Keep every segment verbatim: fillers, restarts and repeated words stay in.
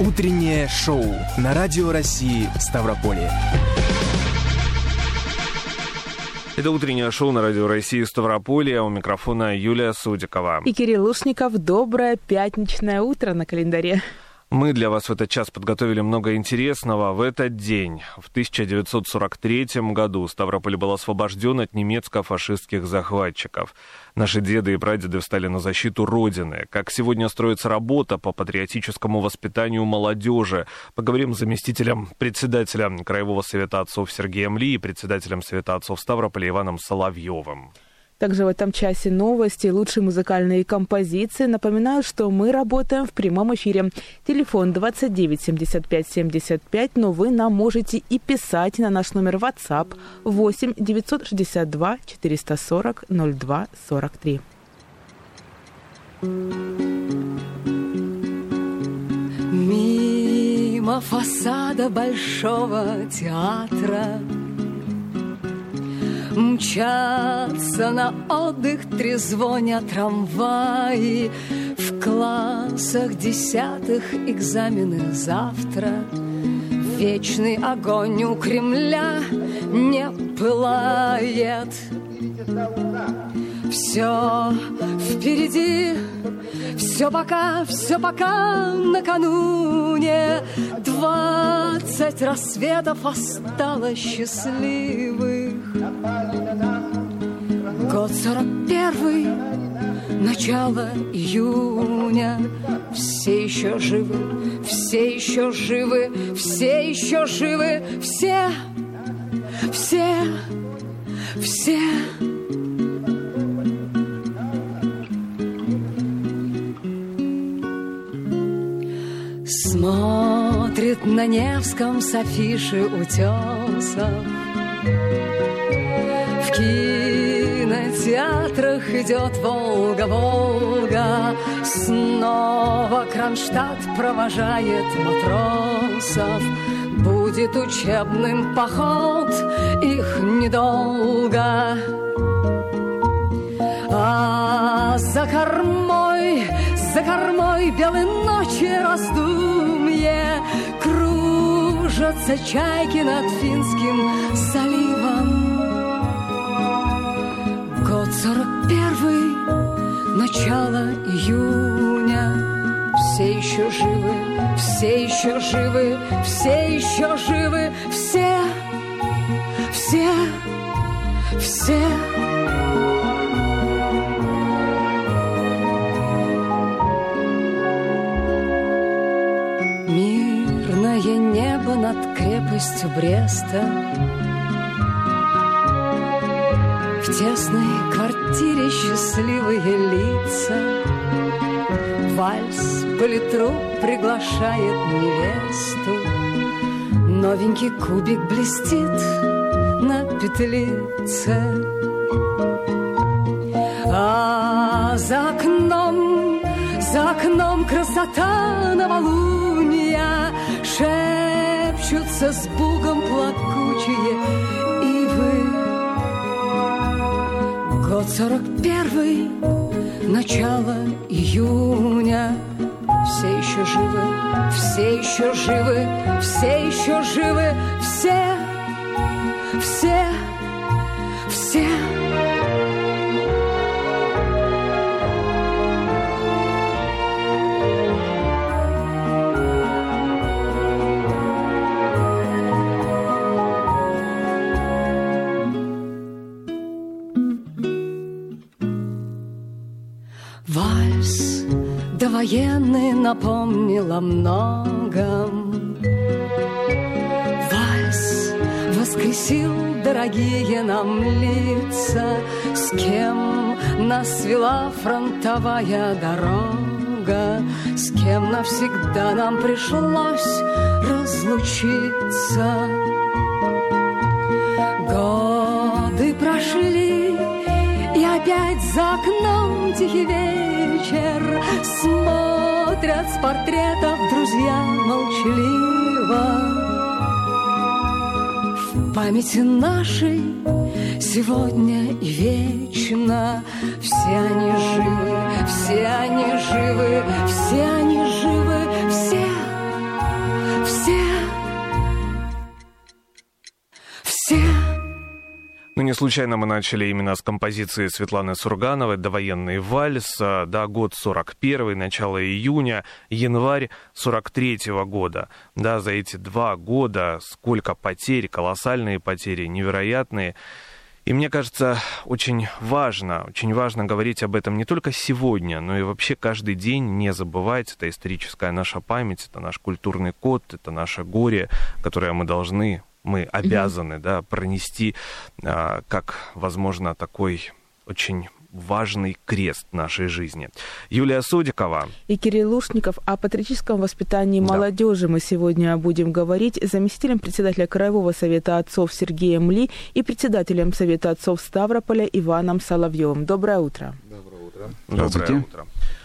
Утреннее шоу на Радио России Ставрополье. Это утреннее шоу на Радио России Ставрополье. У микрофона Юлия Судикова. И Кирилл Лушников. Доброе пятничное утро на календаре. Мы для вас в этот час подготовили много интересного. В этот день, в тысяча девятьсот сорок третьем году, Ставрополь был освобожден от немецко-фашистских захватчиков. Наши деды и прадеды встали на защиту Родины. Как сегодня строится работа по патриотическому воспитанию молодежи? Поговорим с заместителем председателя Краевого совета отцов Сергеем Ли и председателем Совета отцов Ставрополя Иваном Соловьевым. Также в этом часе новости, лучшие музыкальные композиции. Напоминаю, что мы работаем в прямом эфире. Телефон двадцать девять семьдесят пять семьдесят пять, но вы нам можете и писать на наш номер WhatsApp восемь девятьсот шестьдесят два четыреста сорок ноль два сорок три. Мимо фасада Большого театра мчатся на отдых, трезвоня трамваи. В классах десятых экзамены завтра. Вечный огонь у Кремля не пылает. Все впереди, все пока, все пока накануне. Двадцать рассветов осталось счастливых. Год сорок первый, начало июня. Все еще живы, все еще живы, все еще живы, все, все, все. Смотрит на Невском с афиши утесов. В кинотеатрах идет «Волга, Волга». Снова Кронштадт провожает матросов. Будет учебным поход, их недолго. А за кормой, за кормой белой ночи раздумье. Кружатся чайки над Финским заливом. Год сорок первый, начало июня. Все еще живы, все еще живы, все еще живы, все, все, все. Мирное небо над крепостью Бреста. В тесной квартире счастливые лица. Вальс политрук приглашает невесту. Новенький кубик блестит на петлице. А за окном, за окном красота новолуния. Шепчутся с бугом плакучие ивы. Год сорок первый, начало июня. Все еще живы, все еще живы, все еще живы, все, все, все. Вальс довоенный напомнил о многом. Вальс воскресил дорогие нам лица. С кем нас свела фронтовая дорога, с кем навсегда нам пришлось разлучиться. Годы прошли, и опять за окном тихий вечер. Смотрят с портретов друзья молчаливо. В памяти нашей сегодня и вечно все они живы, все они живы, все они живы, все, случайно мы начали именно с композиции Светланы Сургановой «Довоенный вальс». Да, год сорок первый, начало июня, январь сорок третьего года. Да, за эти два года сколько потерь, колоссальные потери, невероятные. И мне кажется, очень важно, очень важно говорить об этом не только сегодня, но и вообще каждый день, не забывать. Это историческая наша память, это наш культурный код, это наше горе, которое мы должны, мы обязаны, mm-hmm. да, пронести а, как, возможно, такой очень важный крест нашей жизни. Юлия Содикова и Кирилл Лушников. О патриотическом воспитании да. молодежи мы сегодня будем говорить с заместителем председателя Краевого совета отцов Сергеем Ли и председателем Совета отцов Ставрополя Иваном Соловьевым. Доброе утро. Доброе утро. Доброе утро.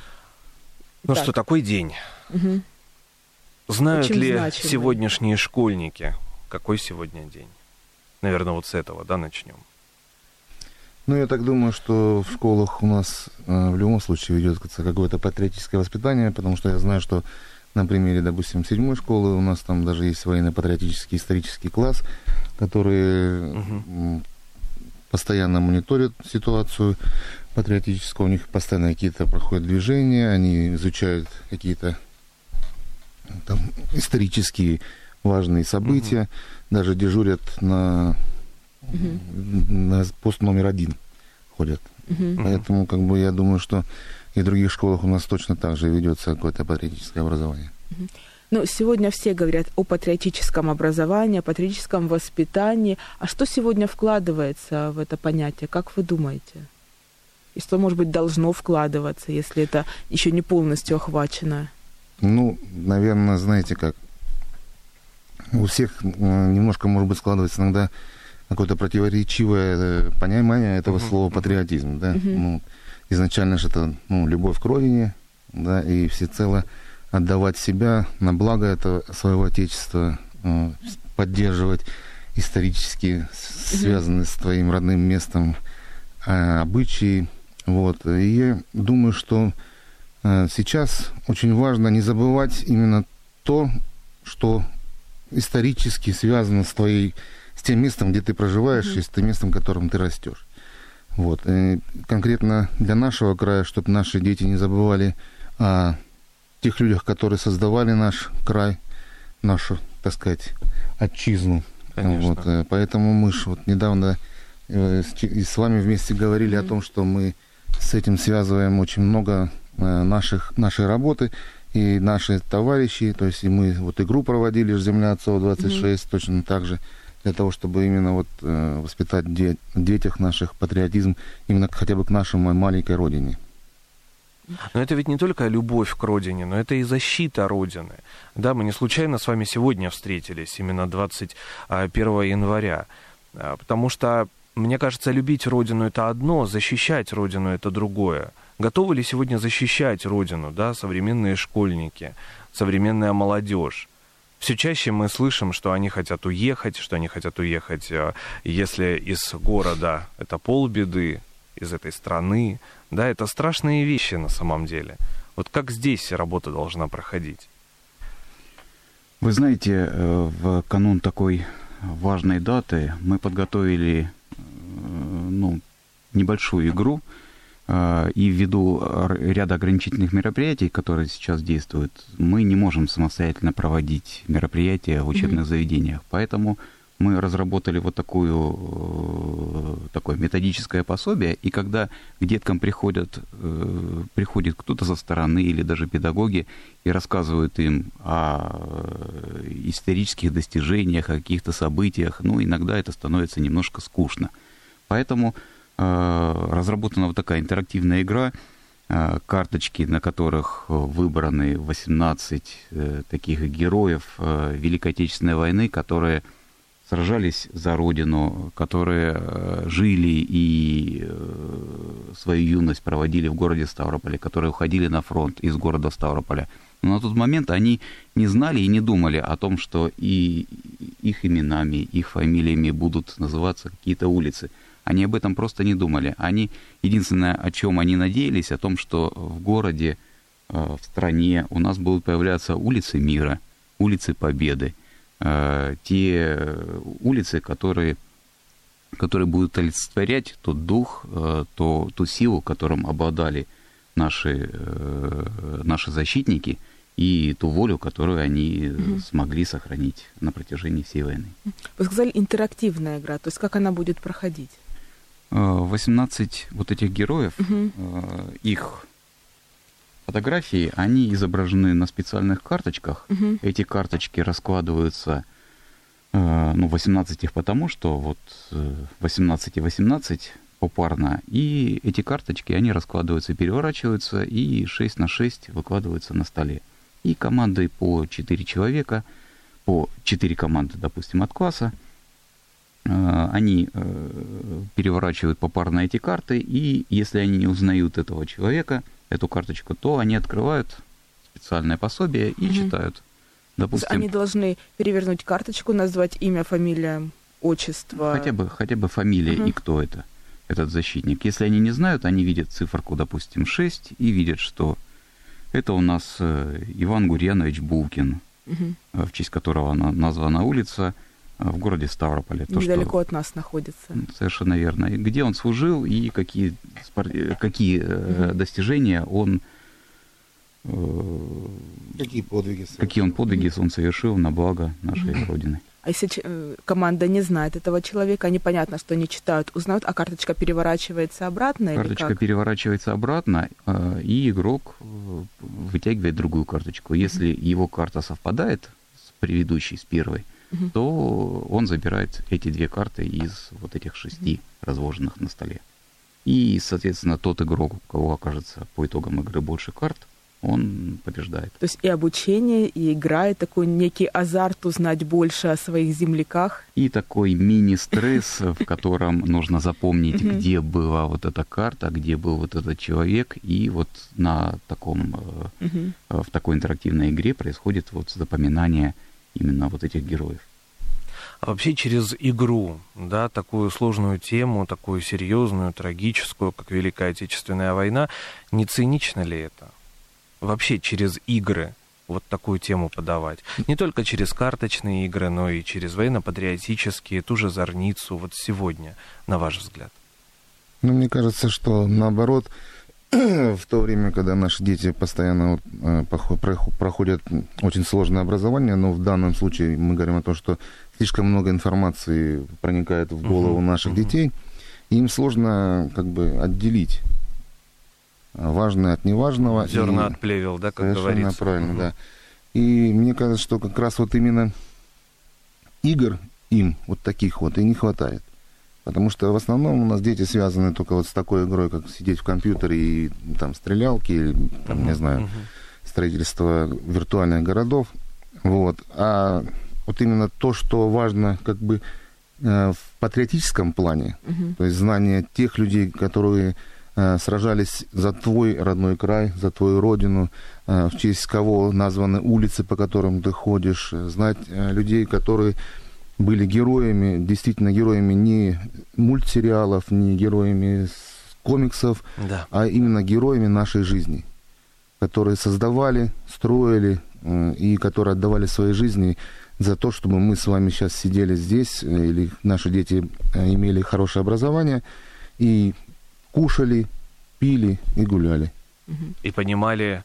Ну так. Что, такой день. Угу. Знают Очень ли значимый. Сегодняшние школьники, какой сегодня день? Наверное, вот с этого, да, начнем. Ну, я так думаю, что в школах у нас э, в любом случае ведется какое-то патриотическое воспитание, потому что я знаю, что на примере, допустим, седьмой школы у нас там даже есть военно-патриотический исторический класс, который угу. постоянно мониторит ситуацию патриотическую, у них постоянно какие-то проходят движения, они изучают какие-то там исторические важные события, угу. даже дежурят на... Uh-huh. на пост номер один ходят. Uh-huh. Поэтому, как бы, я думаю, что и в других школах у нас точно так же ведется какое-то патриотическое образование. Uh-huh. Ну, сегодня все говорят о патриотическом образовании, о патриотическом воспитании. А что сегодня вкладывается в это понятие? Как вы думаете? И что, может быть, должно вкладываться, если это еще не полностью охвачено? Ну, наверное, знаете как, у всех немножко, может быть, складывается иногда какое-то противоречивое понимание этого uh-huh. слова патриотизм, да. Uh-huh. Ну, изначально же это, ну, любовь к родине, да, и всецело отдавать себя на благо этого своего отечества, э, поддерживать исторически uh-huh. связанные с твоим родным местом э, обычаи, вот. И я думаю, что э, сейчас очень важно не забывать именно то, что исторически связано с твоей с тем местом, где ты проживаешь, mm-hmm. и с тем местом, в котором ты растешь. Вот. И конкретно для нашего края, чтобы наши дети не забывали о тех людях, которые создавали наш край, нашу, так сказать, отчизну. Вот. Поэтому мы же вот недавно с вами вместе говорили mm-hmm. о том, что мы с этим связываем очень много наших, нашей работы, и наши товарищи, то есть и мы вот игру проводили «Земля отцов двадцать шесть», mm-hmm. точно так же, для того, чтобы именно вот э, воспитать де- в детях наших патриотизм именно хотя бы к нашей маленькой родине. Но это ведь не только любовь к родине, но это и защита родины. Да, мы не случайно с вами сегодня встретились, именно двадцать первого января, потому что, мне кажется, любить родину — это одно, защищать родину — это другое. Готовы ли сегодня защищать родину, да, современные школьники, современная молодежь? Все чаще мы слышим, что они хотят уехать, что они хотят уехать, если из города это полбеды, из этой страны. Да, это страшные вещи на самом деле. Вот как здесь работа должна проходить? Вы знаете, в канун такой важной даты мы подготовили, ну, небольшую игру, и ввиду ряда ограничительных мероприятий, которые сейчас действуют, мы не можем самостоятельно проводить мероприятия в учебных mm-hmm. заведениях. Поэтому мы разработали вот такую, такое методическое пособие, и когда к деткам приходят, приходит кто-то со стороны или даже педагоги и рассказывают им о исторических достижениях, о каких-то событиях, ну, иногда это становится немножко скучно. Поэтому разработана вот такая интерактивная игра, карточки, на которых выбраны восемнадцать таких героев Великой Отечественной войны, которые сражались за Родину, которые жили и свою юность проводили в городе Ставрополе, которые уходили на фронт из города Ставрополя. Но на тот момент они не знали и не думали о том, что и их именами, их фамилиями будут называться какие-то улицы. Они об этом просто не думали. Они, единственное, о чем они надеялись, о том, что в городе, в стране у нас будут появляться улицы мира, улицы победы, те улицы, которые который будет олицетворять тот дух, то, ту силу, которым обладали наши, наши защитники, и ту волю, которую они угу. смогли сохранить на протяжении всей войны. Вы сказали, интерактивная игра, то есть как она будет проходить? восемнадцать вот этих героев, угу. их фотографии, они изображены на специальных карточках. Угу. Эти карточки раскладываются, ну, восемнадцать их потому, что вот восемнадцать и восемнадцать попарно, и эти карточки, они раскладываются, переворачиваются, и шесть на шесть выкладываются на столе. И командой по четыре человека, по четыре команды, допустим, от класса, они переворачивают попарно эти карты, и если они не узнают этого человека, эту карточку, то они открывают специальное пособие и угу. читают. Допустим, они должны перевернуть карточку, назвать имя, фамилия, отчество. Хотя бы, хотя бы фамилия угу. и кто это, этот защитник. Если они не знают, они видят циферку, допустим, шесть, и видят, что это у нас Иван Гурьянович Булкин, угу. в честь которого названа улица в городе Ставрополе. То, недалеко что... от нас находится. Совершенно верно. И где он служил, и какие, спор... какие угу. достижения он... Какие подвиги совершил. Какие он подвиги он совершил на благо нашей угу. Родины. А если команда не знает этого человека, непонятно, что они читают, узнают, а карточка переворачивается обратно? Карточка или как? переворачивается обратно, и игрок вытягивает другую карточку. Если угу. его карта совпадает с предыдущей, с первой, угу. то он забирает эти две карты из вот этих шести угу. разложенных на столе. И, соответственно, тот игрок, у кого окажется по итогам игры больше карт, он побеждает. То есть и обучение, и игра, и такой некий азарт узнать больше о своих земляках. И такой мини-стресс, в котором нужно запомнить, где была вот эта карта, где был вот этот человек. И вот на таком, в такой интерактивной игре происходит вот запоминание именно вот этих героев. А вообще через игру, да, такую сложную тему, такую серьезную, трагическую, как Великая Отечественная война, не цинично ли это? Вообще через игры вот такую тему подавать. Не только через карточные игры, но и через военно-патриотические, ту же «Зорницу». Вот сегодня, на ваш взгляд. Ну, мне кажется, что наоборот, в то время, когда наши дети постоянно проходят очень сложное образование, но в данном случае мы говорим о том, что слишком много информации проникает в голову uh-huh, наших uh-huh. детей, и им сложно как бы отделить важное от неважного. Зерна от плевел, да, как совершенно говорится. Совершенно правильно, угу. да. И мне кажется, что как раз вот именно игр им вот таких вот и не хватает. Потому что в основном у нас дети связаны только вот с такой игрой, как сидеть в компьютере и там стрелялки, или там, угу, не знаю, угу. строительство виртуальных городов. Вот. А вот именно то, что важно как бы в патриотическом плане, угу. то есть знание тех людей, которые сражались за твой родной край, за твою родину, в честь кого названы улицы, по которым ты ходишь, знать людей, которые были героями, действительно героями не мультсериалов, не героями комиксов, да. а именно героями нашей жизни, которые создавали, строили и которые отдавали свои жизни за то, чтобы мы с вами сейчас сидели здесь, или наши дети имели хорошее образование, и кушали, пили и гуляли. И понимали,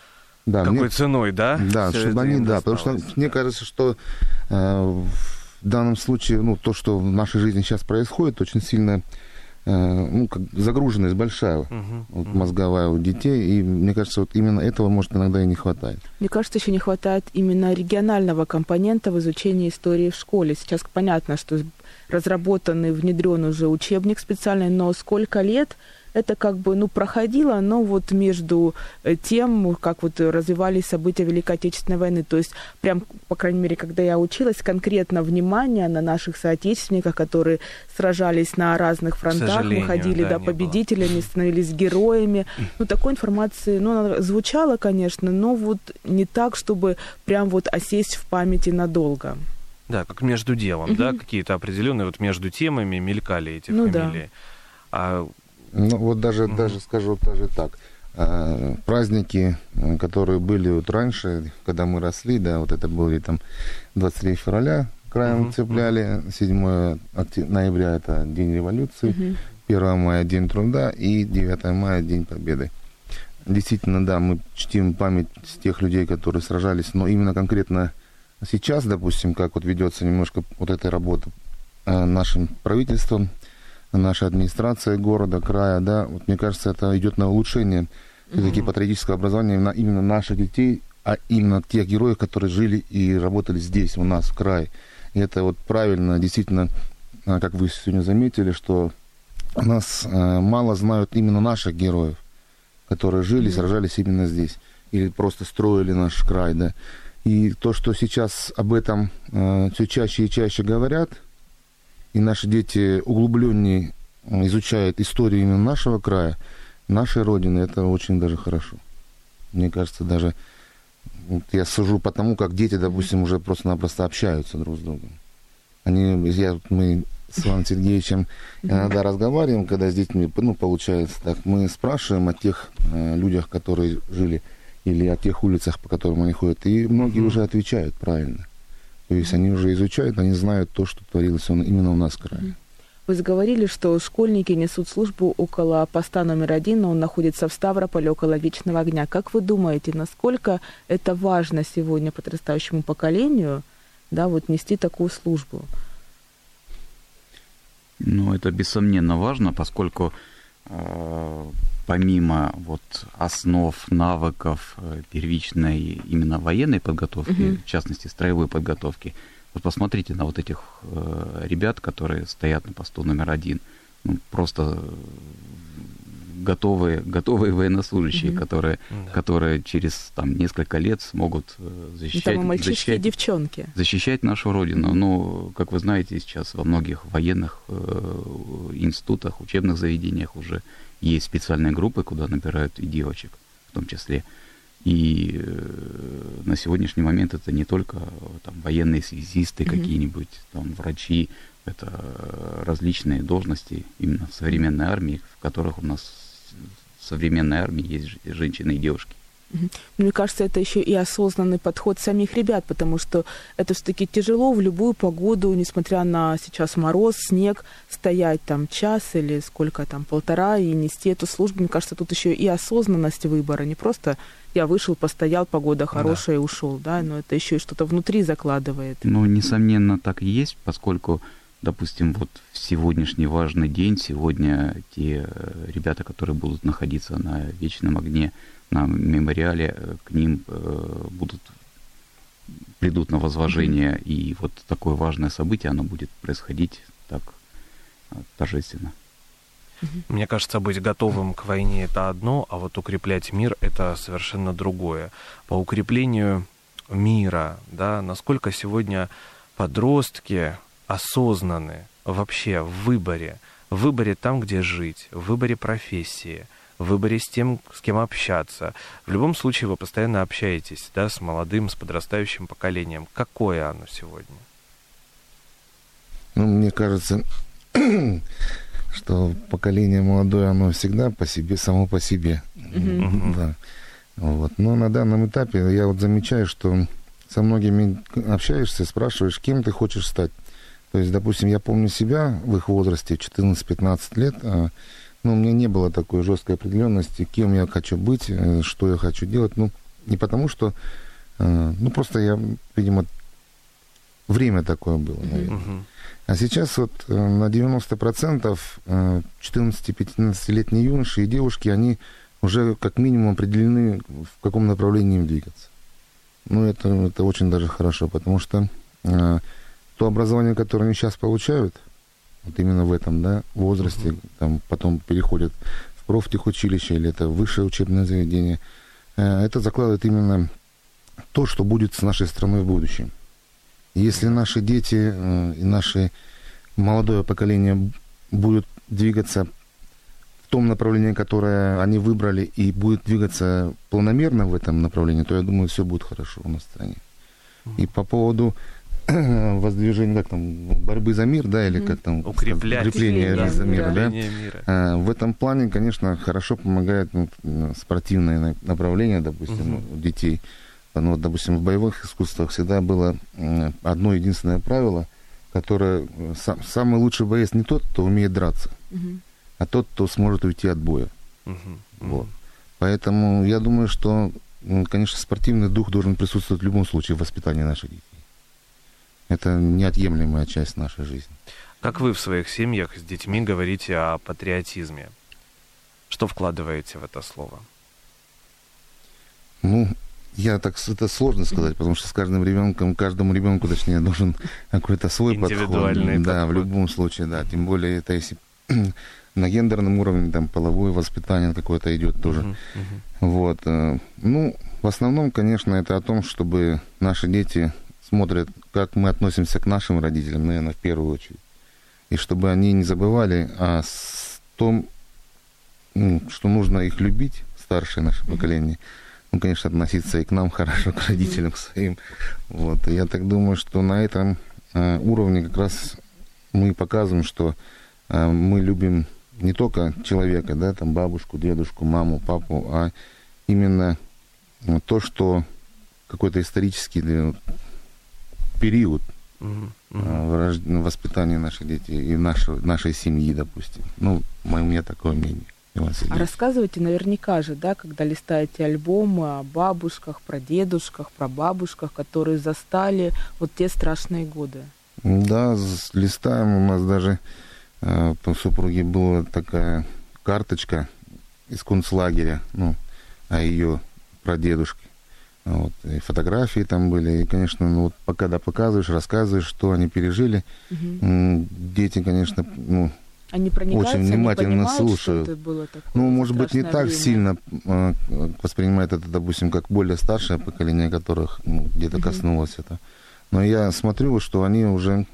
да, какой мне, ценой, да? Да, чтобы они, да, потому что мне кажется, что э, в данном случае, ну, то, что в нашей жизни сейчас происходит, очень сильно, э, ну, как загруженность большая, uh-huh, вот, uh-huh. мозговая у детей, и мне кажется, вот именно этого, может, иногда и не хватает. Мне кажется, еще не хватает именно регионального компонента в изучении истории в школе. Сейчас понятно, что разработанный, внедрен уже учебник специальный, но сколько лет это как бы, ну, проходило, но вот между тем, как вот развивались события Великой Отечественной войны, то есть прям, по крайней мере, когда я училась, конкретно внимание на наших соотечественниках, которые сражались на разных фронтах, выходили, да, да победителями, было. Становились героями. Ну, такой информации, ну, она звучала, конечно, но вот не так, чтобы прям вот осесть в памяти надолго. Да, как между делом, угу. да, какие-то определенные вот между темами мелькали эти ну, фамилии. Да. А... Ну, вот даже, угу. даже скажу даже так. А, праздники, которые были вот раньше, когда мы росли, да, вот это были там двадцать третьего февраля, краем uh-huh. цепляли. седьмое ноября это День революции, uh-huh. первое мая День труда и девятое мая День Победы. Действительно, да, мы чтим память тех людей, которые сражались, но именно конкретно сейчас, допустим, как вот ведется немножко вот эта работа нашим правительством, наша администрация города, края, да, вот мне кажется, это идет на улучшение все-таки mm-hmm. патриотического образования на, именно наших детей, а именно тех героев, которые жили и работали здесь, у нас, в крае. И это вот правильно, действительно, как вы сегодня заметили, что нас мало знают именно наших героев, которые жили, mm-hmm. сражались именно здесь, или просто строили наш край, да. И то, что сейчас об этом все чаще и чаще говорят, и наши дети углубленнее изучают историю именно нашего края, нашей Родины, это очень даже хорошо. Мне кажется, даже вот я сужу по тому, как дети, допустим, уже просто-напросто общаются друг с другом. Они, я, мы с Иваном Сергеевичем иногда разговариваем, когда с детьми, ну, получается так, мы спрашиваем о тех э, людях, которые жили, или о тех улицах, по которым они ходят, и многие mm-hmm. уже отвечают правильно. То есть они уже изучают, они знают то, что творилось именно у нас в крае. Вы заговорили, что школьники несут службу около поста номер один, но он находится в Ставрополе, около Вечного огня. Как вы думаете, насколько это важно сегодня подрастающему поколению, да, вот нести такую службу? Ну, это бессомненно важно, поскольку э, помимо вот основ, навыков первичной именно военной подготовки, uh-huh. в частности строевой подготовки, вот посмотрите на вот этих э, ребят, которые стоят на посту номер один, ну, просто готовые, готовые военнослужащие, uh-huh. которые, uh-huh. которые через там, несколько лет смогут защищать, там мальчишки защищать, и девчонки. защищать нашу Родину. Uh-huh. Ну, как вы знаете, сейчас во многих военных э, институтах, учебных заведениях уже есть специальные группы, куда набирают и девочек в том числе. И э, на сегодняшний момент это не только там, военные связисты, mm-hmm. какие-нибудь там врачи, это различные должности именно в современной армии, в которых у нас в современной армии есть женщины и девушки. Мне кажется, это еще и осознанный подход самих ребят, потому что это все-таки тяжело в любую погоду, несмотря на сейчас мороз, снег, стоять там час или сколько там, полтора, и нести эту службу. Мне кажется, тут еще и осознанность выбора, не просто я вышел, постоял, погода хорошая, да. и ушел, да, но это еще и что-то внутри закладывает. Ну, несомненно, так и есть, поскольку, допустим, вот в сегодняшний важный день, сегодня те ребята, которые будут находиться на Вечном огне, на мемориале, к ним э, будут, придут на возложение, mm-hmm. и вот такое важное событие, оно будет происходить так э, торжественно. Мне кажется, быть готовым к войне — это одно, а вот укреплять мир — это совершенно другое. По укреплению мира, да, насколько сегодня подростки осознаны вообще в выборе, в выборе там, где жить, в выборе профессии, в выборе с тем, с кем общаться. В любом случае вы постоянно общаетесь, да, с молодым, с подрастающим поколением. Какое оно сегодня? Ну, мне кажется, что поколение молодое, оно всегда по себе, само по себе. Mm-hmm. Да. Вот. Но на данном этапе я вот замечаю, что со многими общаешься, спрашиваешь, кем ты хочешь стать. То есть, допустим, я помню себя в их возрасте, четырнадцать-пятнадцать лет, но у меня не было такой жесткой определенности, кем я хочу быть, что я хочу делать. Ну, не потому что... Ну, просто я, видимо, время такое было, наверное. Uh-huh. А сейчас вот на девяносто процентов четырнадцати-пятнадцатилетние юноши и девушки, они уже как минимум определены, в каком направлении им двигаться. Ну, это, это очень даже хорошо, потому что то образование, которое они сейчас получают, вот именно в этом, да, возрасте, uh-huh. там потом переходят в профтехучилище или это высшее учебное заведение, это закладывает именно то, что будет с нашей страной в будущем. Если наши дети и наше молодое поколение будут двигаться в том направлении, которое они выбрали, и будет двигаться планомерно в этом направлении, то, я думаю, все будет хорошо у нас в стране. Uh-huh. И по поводу воздвижения, как там, борьбы за мир, да, или как там... Укреплять. Укрепление за мир, да. Мира. А, в этом плане, конечно, хорошо помогает ну, спортивное направление, допустим, uh-huh. у детей. Ну, вот, допустим, в боевых искусствах всегда было одно единственное правило, которое сам, самый лучший боец не тот, кто умеет драться, uh-huh. а тот, кто сможет уйти от боя. Uh-huh. Uh-huh. Вот. Поэтому я думаю, что, конечно, спортивный дух должен присутствовать в любом случае в воспитании наших детей. Это неотъемлемая часть нашей жизни. Как вы в своих семьях с детьми говорите о патриотизме? Что вкладываете в это слово? Ну, я так, это сложно сказать, потому что с каждым ребенком, каждому ребенку, точнее, должен какой-то свой подход. Индивидуальный подход. Да, в любом случае, да. Тем более, это если на гендерном уровне, там, половое воспитание какое-то идет тоже. Uh-huh, uh-huh. Вот. Ну, в основном, конечно, это о том, чтобы наши дети смотрят, как мы относимся к нашим родителям, наверное, в первую очередь. И чтобы они не забывали о том, ну, что нужно их любить, старшее наше поколение. Ну, конечно, относиться и к нам хорошо, к родителям к своим. Вот. И я так думаю, что на этом э, уровне как раз мы показываем, что э, мы любим не только человека, да, там, бабушку, дедушку, маму, папу, а именно э, то, что какой-то исторический э, период mm-hmm. э, в воспитании наших детей и нашей, нашей семьи, допустим. Ну, у меня такое мнение. А рассказывайте наверняка же, да, когда листаете альбомы о бабушках, про дедушках, про бабушках, которые застали вот те страшные годы. Да, листаем. У нас даже э, у супруги была такая карточка из концлагеря, ну, о ее прадедушке. Вот, и фотографии там были. И, конечно, ну, вот, когда показываешь, рассказываешь, что они пережили, угу. дети, конечно, ну, они очень внимательно они слушают. Это было такое ну, может быть, не так время. сильно э, воспринимает это, допустим, как более старшее поколение, которых ну, где-то uh-huh. коснулось это. Но я смотрю, что они уже,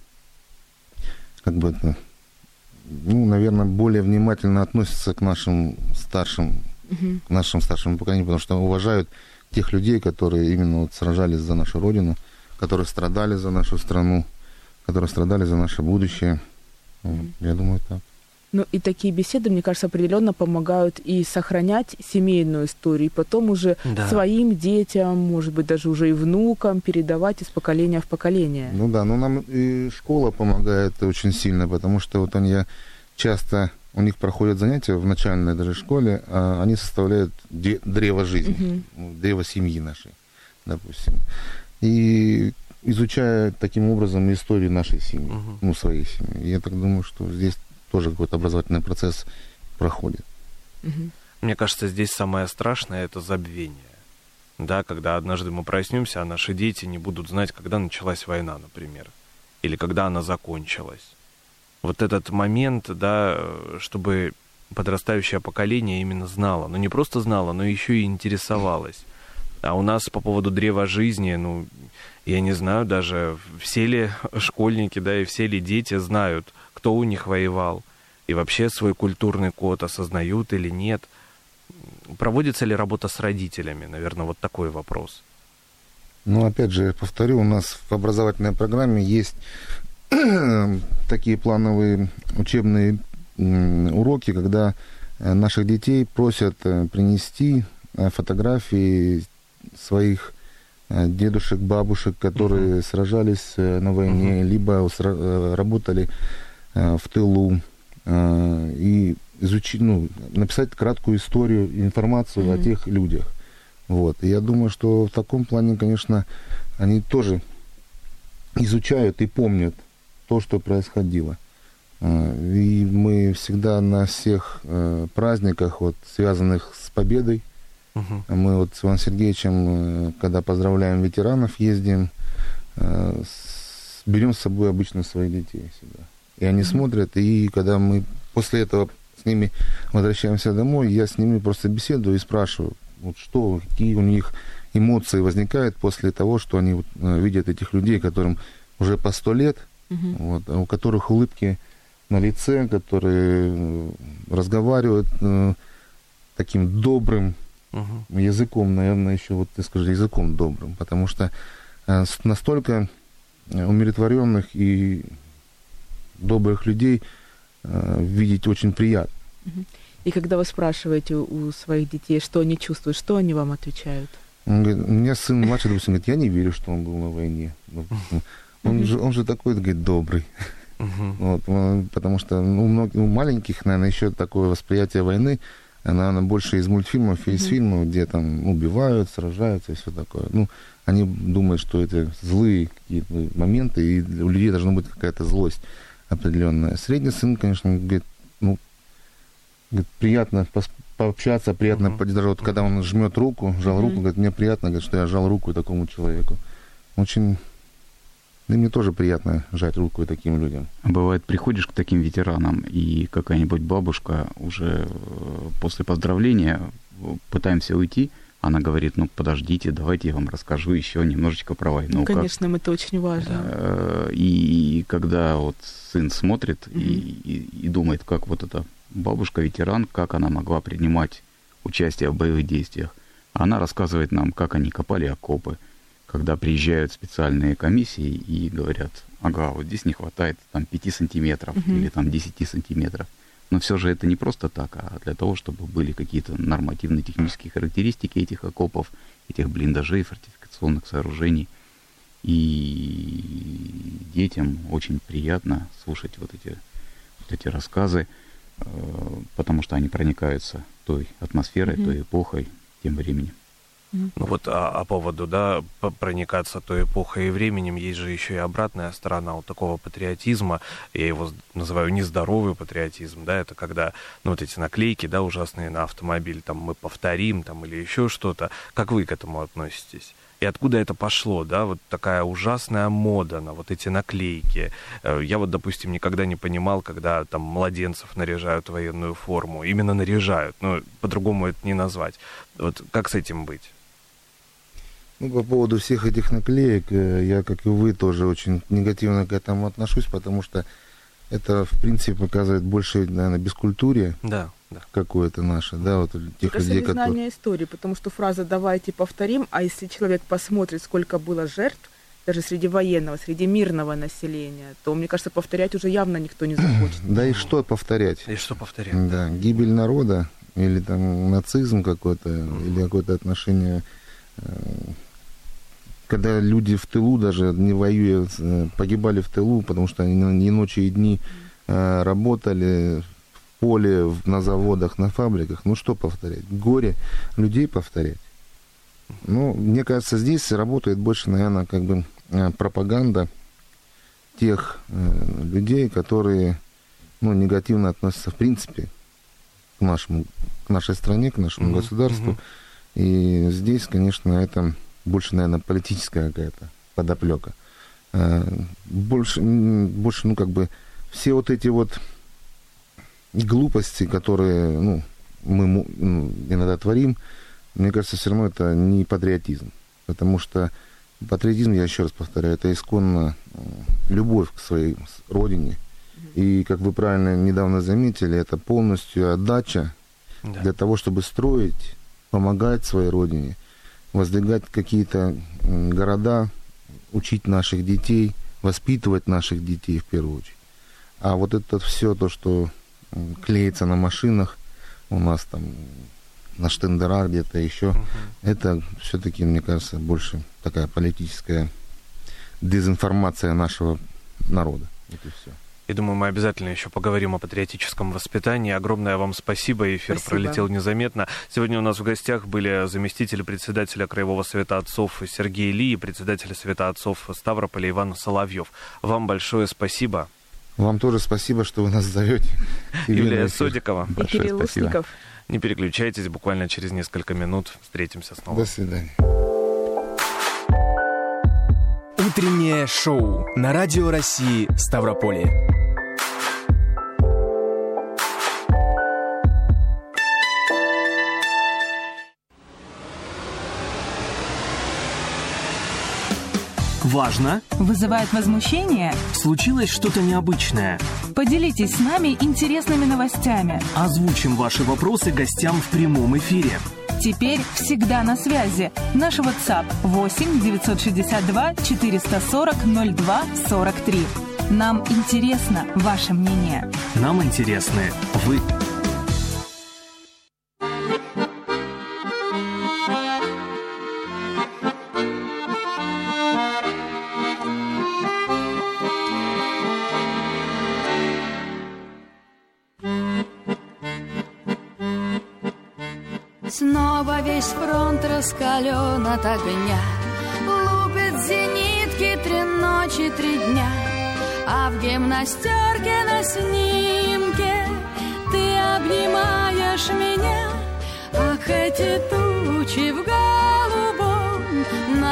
как бы это, ну, наверное, более внимательно относятся к нашим старшим, uh-huh. к нашим старшим поколениям, потому что уважают тех людей, которые именно вот сражались за нашу родину, которые страдали за нашу страну, которые страдали за наше будущее. Mm-hmm. Я думаю, так. Ну и такие беседы, мне кажется, определенно помогают и сохранять семейную историю, и потом уже да. своим детям, может быть, даже уже и внукам передавать из поколения в поколение. Ну да, но нам и школа помогает очень сильно, потому что вот они часто, у них проходят занятия в начальной даже школе, а они составляют де- древо жизни, mm-hmm. древо семьи нашей, допустим. И изучая таким образом историю нашей семьи, uh-huh. ну, своей семьи. Я так думаю, что здесь тоже какой-то образовательный процесс проходит. Uh-huh. Мне кажется, здесь самое страшное – это забвение. Да, когда однажды мы проснемся, а наши дети не будут знать, когда началась война, например, или когда она закончилась. Вот этот момент, да, чтобы подрастающее поколение именно знало, но не просто знало, но еще и интересовалось. А у нас по поводу древа жизни, ну, я не знаю даже, все ли школьники, да, и все ли дети знают, кто у них воевал, и вообще свой культурный код осознают или нет. Проводится ли работа с родителями? Наверное, вот такой вопрос. Ну, опять же, повторю, у нас в образовательной программе есть такие плановые учебные уроки, когда наших детей просят принести фотографии своих дедушек, бабушек, которые uh-huh. сражались на войне, uh-huh. либо работали в тылу, и изучить, ну, написать краткую историю, информацию uh-huh. о тех людях. Вот. И я думаю, что в таком плане, конечно, они тоже изучают и помнят то, что происходило. И мы всегда на всех праздниках, вот, связанных с победой, Uh-huh. мы вот с Иваном Сергеевичем, когда поздравляем ветеранов, ездим, берем с собой обычно своих детей всегда. И они uh-huh. смотрят, и когда мы после этого с ними возвращаемся домой, я с ними просто беседую и спрашиваю, вот что, какие у них эмоции возникают после того, что они вот видят этих людей, которым уже по сто лет, uh-huh. вот, у которых улыбки на лице, которые разговаривают таким добрым Uh-huh. языком, наверное, еще, вот ты скажи, языком добрым, потому что э, настолько умиротворенных и добрых людей э, видеть очень приятно. Uh-huh. И когда вы спрашиваете у своих детей, что они чувствуют, что они вам отвечают? Он говорит, у меня сын младший, допустим, говорит, я не верю, что он был на войне. Он же, он же такой, говорит, добрый. Вот, потому что ну, у, многих, у маленьких, наверное, еще такое восприятие войны, наверное, больше из мультфильмов и из фильмов, где там убивают, сражаются и все такое. Ну, они думают, что это злые какие-то моменты, и у людей должна быть какая-то злость определенная. Средний сын, конечно, говорит, ну, говорит, приятно пообщаться, приятно uh-huh. поддержать. Вот, когда он жмет руку, жал uh-huh. руку, говорит, мне приятно, говорит, что я жал руку такому человеку. Очень... Да и мне тоже приятно жать руку таким людям. Бывает, приходишь к таким ветеранам, и какая-нибудь бабушка уже после поздравления пытаемся уйти, она говорит, ну, подождите, давайте я вам расскажу еще немножечко про войну. Ну, конечно, как... это очень важно. И когда вот сын смотрит mm-hmm. и, и, и думает, как вот эта бабушка-ветеран, как она могла принимать участие в боевых действиях, она рассказывает нам, как они копали окопы, когда приезжают специальные комиссии и говорят, ага, вот здесь не хватает там пяти сантиметров uh-huh. или там десяти сантиметров. Но все же это не просто так, а для того, чтобы были какие-то нормативно-технические характеристики этих окопов, этих блиндажей, фортификационных сооружений. И детям очень приятно слушать вот эти, вот эти рассказы, потому что они проникаются той атмосферой, uh-huh. той эпохой, тем временем. Ну вот а, по поводу, да, проникаться той эпохой и временем, есть же еще и обратная сторона вот такого патриотизма, я его называю нездоровый патриотизм, да, это когда, ну, вот эти наклейки, да, ужасные на автомобиль, там, мы повторим, там, или еще что-то, как вы к этому относитесь? И откуда это пошло, да, вот такая ужасная мода на вот эти наклейки. Я вот, допустим, никогда не понимал, когда там младенцев наряжают в военную форму, именно наряжают, ну, по-другому это не назвать. Вот как с этим быть? Ну, по поводу всех этих наклеек, я, как и вы, тоже очень негативно к этому отношусь, потому что это, в принципе, показывает больше, наверное, бескультурие да, да. какое-то наше, да, вот тех это людей, это незнание которые... истории, потому что фраза «давайте повторим», а если человек посмотрит, сколько было жертв, даже среди военного, среди мирного населения, то, мне кажется, повторять уже явно никто не захочет. Да и что повторять? И что повторять? Да, гибель народа, или там нацизм какой-то, или какое-то отношение... Когда люди в тылу, даже не воюя, погибали в тылу, потому что они не ночи и дни э, работали в поле, на заводах, на фабриках. Ну что повторять? Горе людей повторять. Ну, мне кажется, здесь работает больше, наверное, как бы пропаганда тех э, людей, которые ну, негативно относятся в принципе к, нашему, к нашей стране, к нашему mm-hmm. государству. Mm-hmm. И здесь, конечно, это... больше, наверное, политическая какая-то подоплека. Больше, больше, ну, как бы, все вот эти вот глупости, которые, ну, мы ну, иногда творим, мне кажется, все равно это не патриотизм. Потому что патриотизм, я еще раз повторяю, это исконно любовь к своей родине. И, как вы правильно недавно заметили, это полностью отдача да. для того, чтобы строить, помогать своей родине, воздвигать какие-то города, учить наших детей, воспитывать наших детей в первую очередь. А вот это все то, что клеится на машинах, у нас там на штендерах где-то еще, uh-huh. это все-таки, мне кажется, больше такая политическая дезинформация нашего народа. Вот и все. Я думаю, мы обязательно еще поговорим о патриотическом воспитании. Огромное вам спасибо. Эфир спасибо. Пролетел незаметно. Сегодня у нас в гостях были заместитель председателя Краевого совета отцов Сергей Ли и председатель совета отцов Ставрополя Иван Соловьев. Вам большое спасибо. Вам тоже спасибо, что вы нас зовете. Юлия Содикова. И Кирилл Лусников. Не переключайтесь, буквально через несколько минут встретимся снова. До свидания. Утреннее шоу на Радио России Ставрополье. Важно? Вызывает возмущение? Случилось что-то необычное? Поделитесь с нами интересными новостями. Озвучим ваши вопросы гостям в прямом эфире. Теперь всегда на связи. Наш WhatsApp восемь девятьсот шестьдесят два четыреста сорок ноль два сорок три. Нам интересно ваше мнение. Нам интересны вы. Снова весь фронт раскален от огня, лупит зенитки три ночи, три дня. А в гимнастерке на снимке ты обнимаешь меня. Ах, эти тучи в голубом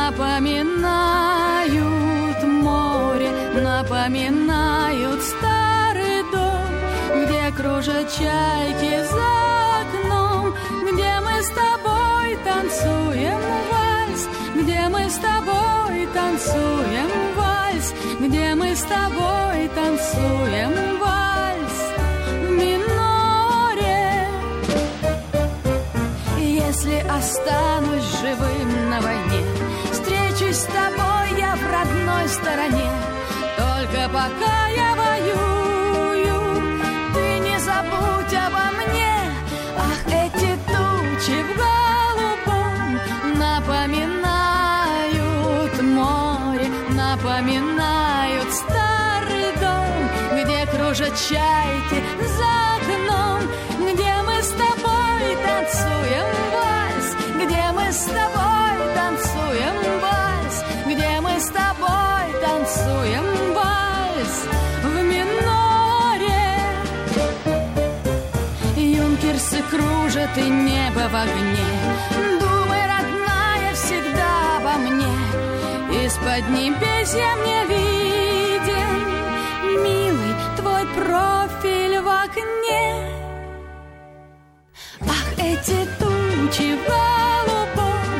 напоминают море, напоминают старый дом, где кружат чайки за окном, где мы с тобой танцуем вальс, где мы с тобой танцуем вальс, где мы с тобой танцуем вальс в миноре. Если останусь живым на войне, встречусь с тобой я в родной стороне. Только пока я воюю, ты не забудь обо мне. Ах, эти тучи в голубом напоминают море, напоминают старый дом, где кружат чайки за окном, где мы с тобой танцуем вальс, где мы с тобой танцуем вальс, где мы с тобой танцуем вальс в миноре. Юнкерсы кружат и небо в огне, думай, родная, всегда обо мне. Из-под небес я мне виден, милый, твой профиль в окне. Ах, эти тучи в голубом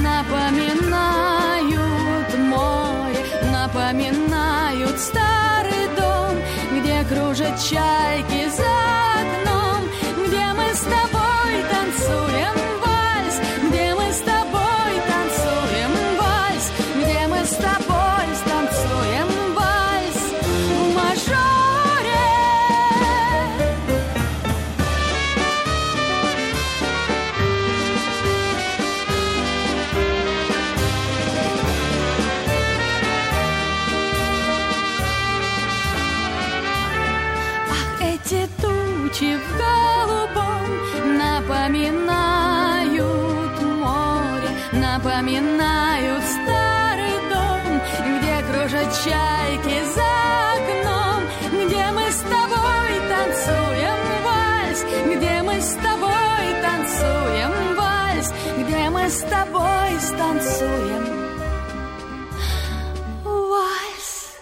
напоминают море, напоминают старый дом, где кружат чайки за окном, где мы с тобой танцуем вальс, где мы с тобой танцуем вальс, где мы с тобой станцуем вальс в мажоре. Ах, эти тучи в голубом напоминают море, напоминают старый дом, где кружат чайки за окном, где мы с тобой танцуем вальс, где мы с тобой танцуем вальс, где мы с тобой станцуем вальс.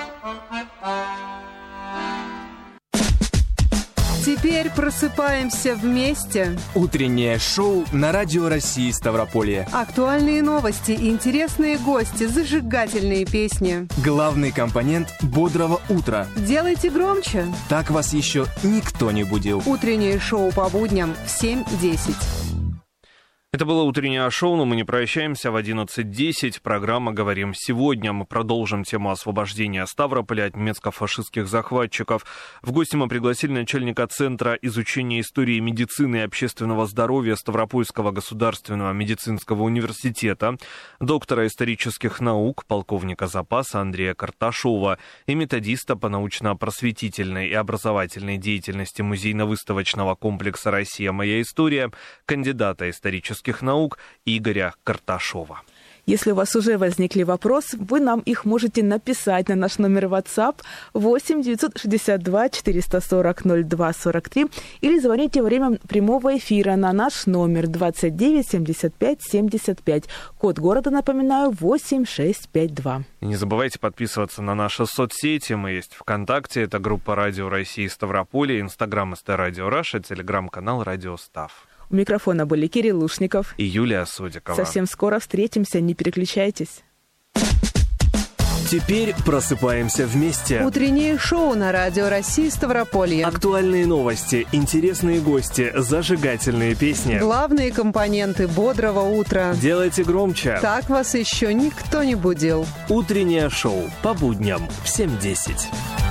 Теперь просыпаемся вместе. Утреннее шоу на Радио России Ставрополье. Актуальные новости, интересные гости, зажигательные песни. Главный компонент бодрого утра. Делайте громче. Так вас еще никто не будил. Утреннее шоу по будням в семь десять. Это было утреннее шоу, но мы не прощаемся. В одиннадцать десять программа «Говорим сегодня». Мы продолжим тему освобождения Ставрополя от немецко-фашистских захватчиков. В гости мы пригласили начальника Центра изучения истории медицины и общественного здоровья Ставропольского государственного медицинского университета, доктора исторических наук, полковника запаса Андрея Карташова и методиста по научно-просветительной и образовательной деятельности музейно-выставочного комплекса «Россия. Моя история», кандидата исторических наук Игоря Карташова. Если у вас уже возникли вопросы, вы нам их можете написать на наш номер WhatsApp восемь девятьсот шестьдесят два четыреста сорок ноль два сорок три или звоните во время прямого эфира на наш номер двадцать девять семьдесят пять семьдесят пять. Код города, напоминаю, восемь шесть пять два. И не забывайте подписываться на наши соцсети. Мы есть ВКонтакте, это группа Радио России Ставрополье, Инстаграм СТ Радио Раша, телеграм-канал Радио Став. У микрофона были Кирилл Лушников и Юлия Судикова. Совсем скоро встретимся, не переключайтесь. Теперь просыпаемся вместе. Утреннее шоу на Радио России Ставрополье. Актуальные новости, интересные гости, зажигательные песни. Главные компоненты бодрого утра. Делайте громче. Так вас еще никто не будил. Утреннее шоу по будням в семь десять.